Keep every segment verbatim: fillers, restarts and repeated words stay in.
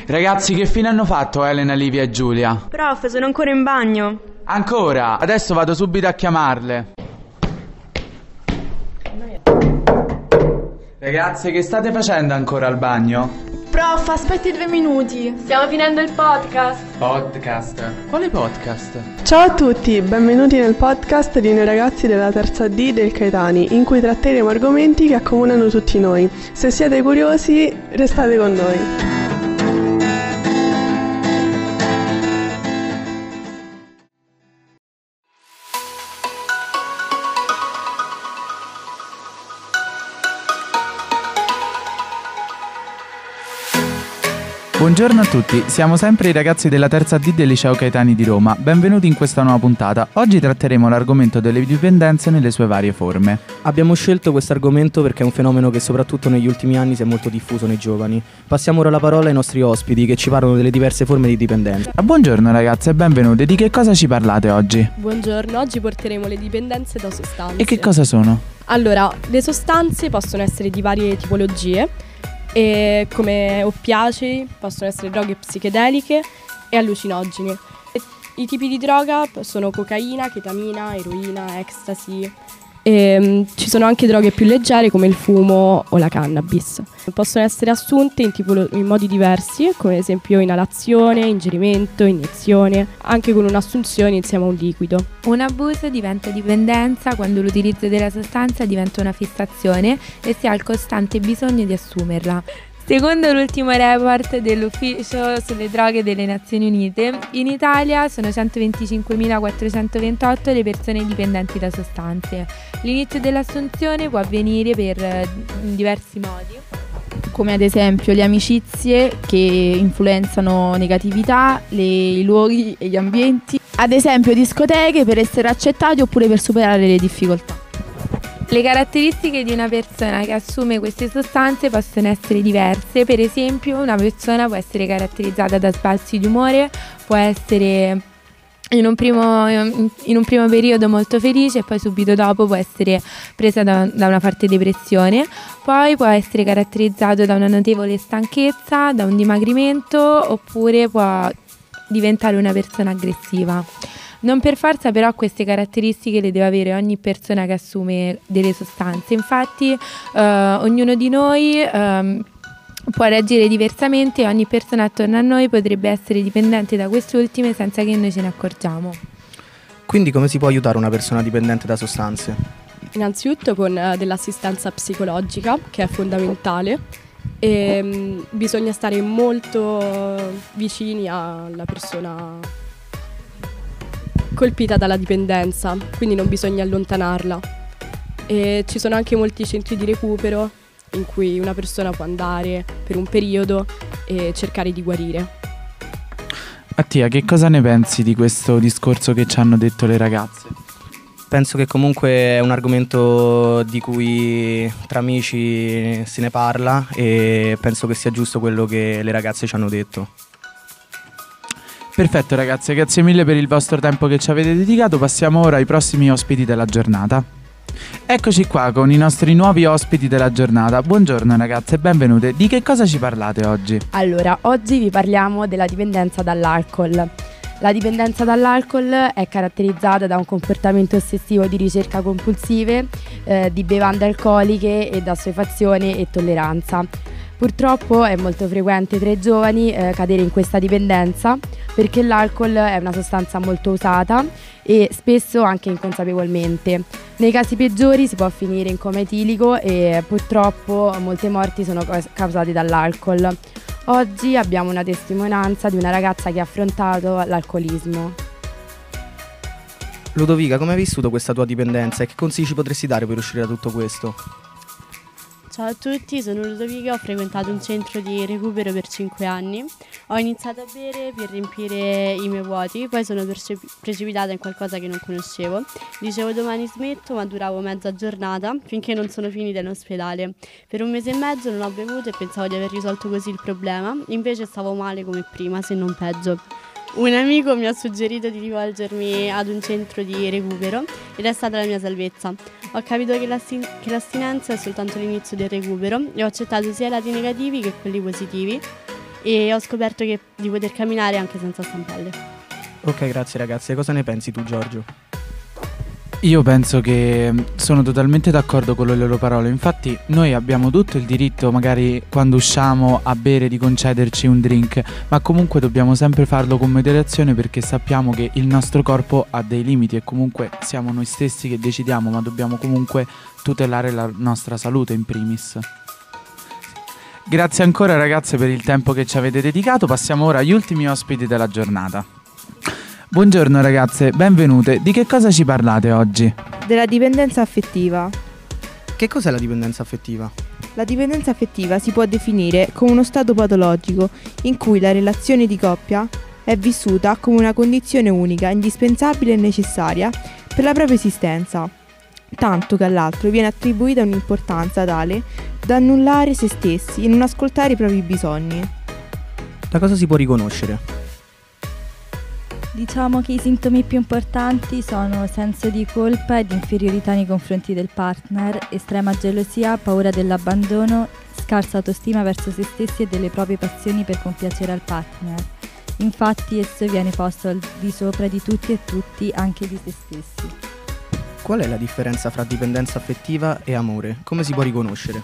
Ragazzi, che fine hanno fatto Elena, Livia e Giulia? Prof, sono ancora in bagno. Ancora? Adesso vado subito a chiamarle. Ragazze, che state facendo ancora al bagno? Prof, aspetti due minuti. Stiamo finendo il podcast. Podcast? Quale podcast? Ciao a tutti, benvenuti nel podcast di noi ragazzi della terza D del Caetani, in cui tratteremo argomenti che accomunano tutti noi. Se siete curiosi, restate con noi. Buongiorno a tutti, siamo sempre i ragazzi della terza D del Liceo Caetani di Roma. Benvenuti in questa nuova puntata. Oggi tratteremo l'argomento delle dipendenze nelle sue varie forme. Abbiamo scelto questo argomento perché è un fenomeno che soprattutto negli ultimi anni si è molto diffuso nei giovani. Passiamo ora la parola ai nostri ospiti che ci parlano delle diverse forme di dipendenza. Buongiorno ragazze e benvenute. Di che cosa ci parlate oggi? Buongiorno, oggi porteremo le dipendenze da sostanze. E che cosa sono? Allora, le sostanze possono essere di varie tipologie, e come oppiacei, possono essere droghe psichedeliche e allucinogeni. I tipi di droga sono cocaina, chetamina, eroina, ecstasy. E, um, ci sono anche droghe più leggere come il fumo o la cannabis. Possono essere assunte in, tipolo- in modi diversi, come ad esempio inalazione, ingerimento, iniezione, anche con un'assunzione insieme a un liquido. Un abuso diventa dipendenza quando l'utilizzo della sostanza diventa una fissazione e si ha il costante bisogno di assumerla. Secondo l'ultimo report dell'Ufficio sulle droghe delle Nazioni Unite, in Italia sono centoventicinquemilaquattrocentoventotto le persone dipendenti da sostanze. L'inizio dell'assunzione può avvenire per in diversi modi, come ad esempio le amicizie che influenzano negatività, le, i luoghi e gli ambienti, ad esempio discoteche per essere accettati oppure per superare le difficoltà. Le caratteristiche di una persona che assume queste sostanze possono essere diverse. Per esempio, una persona può essere caratterizzata da sbalzi di umore, può essere in un primo, in un primo periodo molto felice e poi subito dopo può essere presa da, da una forte depressione. Poi può essere caratterizzato da una notevole stanchezza, da un dimagrimento, oppure può diventare una persona aggressiva. Non per forza però queste caratteristiche le deve avere ogni persona che assume delle sostanze. Infatti eh, ognuno di noi eh, può reagire diversamente e ogni persona attorno a noi potrebbe essere dipendente da queste ultime senza che noi ce ne accorgiamo. Quindi come si può aiutare una persona dipendente da sostanze? Innanzitutto con uh, dell'assistenza psicologica, che è fondamentale, e um, bisogna stare molto vicini alla persona colpita dalla dipendenza, quindi non bisogna allontanarla. E ci sono anche molti centri di recupero in cui una persona può andare per un periodo e cercare di guarire. Mattia, che cosa ne pensi di questo discorso che ci hanno detto le ragazze? Penso che comunque è un argomento di cui tra amici se ne parla e penso che sia giusto quello che le ragazze ci hanno detto. Perfetto ragazze, grazie mille per il vostro tempo che ci avete dedicato. Passiamo ora ai prossimi ospiti della giornata. Eccoci qua con i nostri nuovi ospiti della giornata. Buongiorno ragazze, benvenute. Di che cosa ci parlate oggi? Allora, oggi vi parliamo della dipendenza dall'alcol. La dipendenza dall'alcol è caratterizzata da un comportamento ossessivo di ricerca compulsive, eh, di bevande alcoliche ed assuefazione e tolleranza. Purtroppo è molto frequente tra i giovani eh, cadere in questa dipendenza perché l'alcol è una sostanza molto usata e spesso anche inconsapevolmente. Nei casi peggiori si può finire in coma etilico e purtroppo molte morti sono causate dall'alcol. Oggi abbiamo una testimonianza di una ragazza che ha affrontato l'alcolismo. Ludovica, come hai vissuto questa tua dipendenza e che consigli ci potresti dare per uscire da tutto questo? Ciao a tutti, sono Ludovica, ho frequentato un centro di recupero per cinque anni. Ho iniziato a bere per riempire i miei vuoti, poi sono percep- precipitata in qualcosa che non conoscevo. Dicevo domani smetto, ma duravo mezza giornata finché non sono finita in ospedale. Per un mese e mezzo non ho bevuto e pensavo di aver risolto così il problema, invece stavo male come prima, se non peggio. Un amico mi ha suggerito di rivolgermi ad un centro di recupero ed è stata la mia salvezza. Ho capito che, l'astin- che l'astinenza è soltanto l'inizio del recupero e ho accettato sia i lati negativi che quelli positivi e ho scoperto che, di poter camminare anche senza stampelle. Ok, grazie ragazze. Cosa ne pensi tu, Giorgio? Io penso che sono totalmente d'accordo con le loro parole. Infatti noi abbiamo tutto il diritto, magari quando usciamo a bere, di concederci un drink, ma comunque dobbiamo sempre farlo con moderazione, perché sappiamo che il nostro corpo ha dei limiti e comunque siamo noi stessi che decidiamo, ma dobbiamo comunque tutelare la nostra salute in primis. Grazie ancora ragazze per il tempo che ci avete dedicato. Passiamo ora agli ultimi ospiti della giornata. Buongiorno ragazze, benvenute. Di che cosa ci parlate oggi? Della dipendenza affettiva. Che cos'è la dipendenza affettiva? La dipendenza affettiva si può definire come uno stato patologico in cui la relazione di coppia è vissuta come una condizione unica, indispensabile e necessaria per la propria esistenza, tanto che all'altro viene attribuita un'importanza tale da annullare se stessi e non ascoltare i propri bisogni. Da cosa si può riconoscere? Diciamo che i sintomi più importanti sono senso di colpa ed inferiorità nei confronti del partner, estrema gelosia, paura dell'abbandono, scarsa autostima verso se stessi e delle proprie passioni per compiacere al partner. Infatti esso viene posto al di sopra di tutti e tutti, anche di se stessi. Qual è la differenza fra dipendenza affettiva e amore? Come si può riconoscere?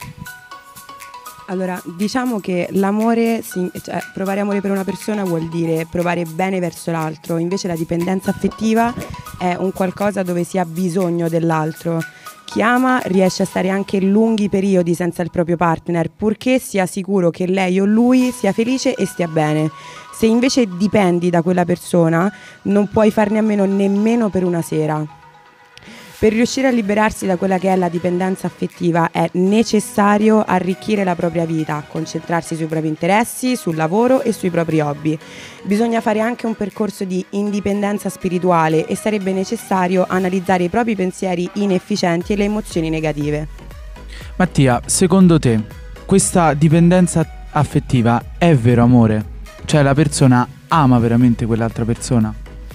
Allora, diciamo che l'amore, cioè provare amore per una persona vuol dire provare bene verso l'altro, invece la dipendenza affettiva è un qualcosa dove si ha bisogno dell'altro. Chi ama riesce a stare anche lunghi periodi senza il proprio partner, purché sia sicuro che lei o lui sia felice e stia bene. Se invece dipendi da quella persona, non puoi farne a meno nemmeno per una sera. Per riuscire a liberarsi da quella che è la dipendenza affettiva è necessario arricchire la propria vita, concentrarsi sui propri interessi, sul lavoro e sui propri hobby. Bisogna fare anche un percorso di indipendenza spirituale e sarebbe necessario analizzare i propri pensieri inefficienti e le emozioni negative. Mattia, secondo te questa dipendenza affettiva è vero amore? Cioè la persona ama veramente quell'altra persona?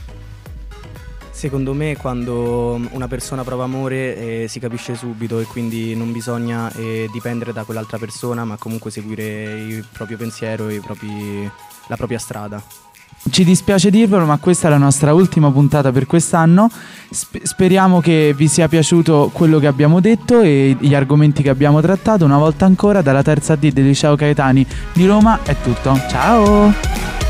Secondo me quando una persona prova amore eh, si capisce subito e quindi non bisogna eh, dipendere da quell'altra persona, ma comunque seguire il proprio pensiero e i propri, la propria strada. Ci dispiace dirvelo, ma questa è la nostra ultima puntata per quest'anno. Sp- speriamo che vi sia piaciuto quello che abbiamo detto e gli argomenti che abbiamo trattato. Una volta ancora dalla terza D del Liceo Caetani di Roma è tutto. Ciao!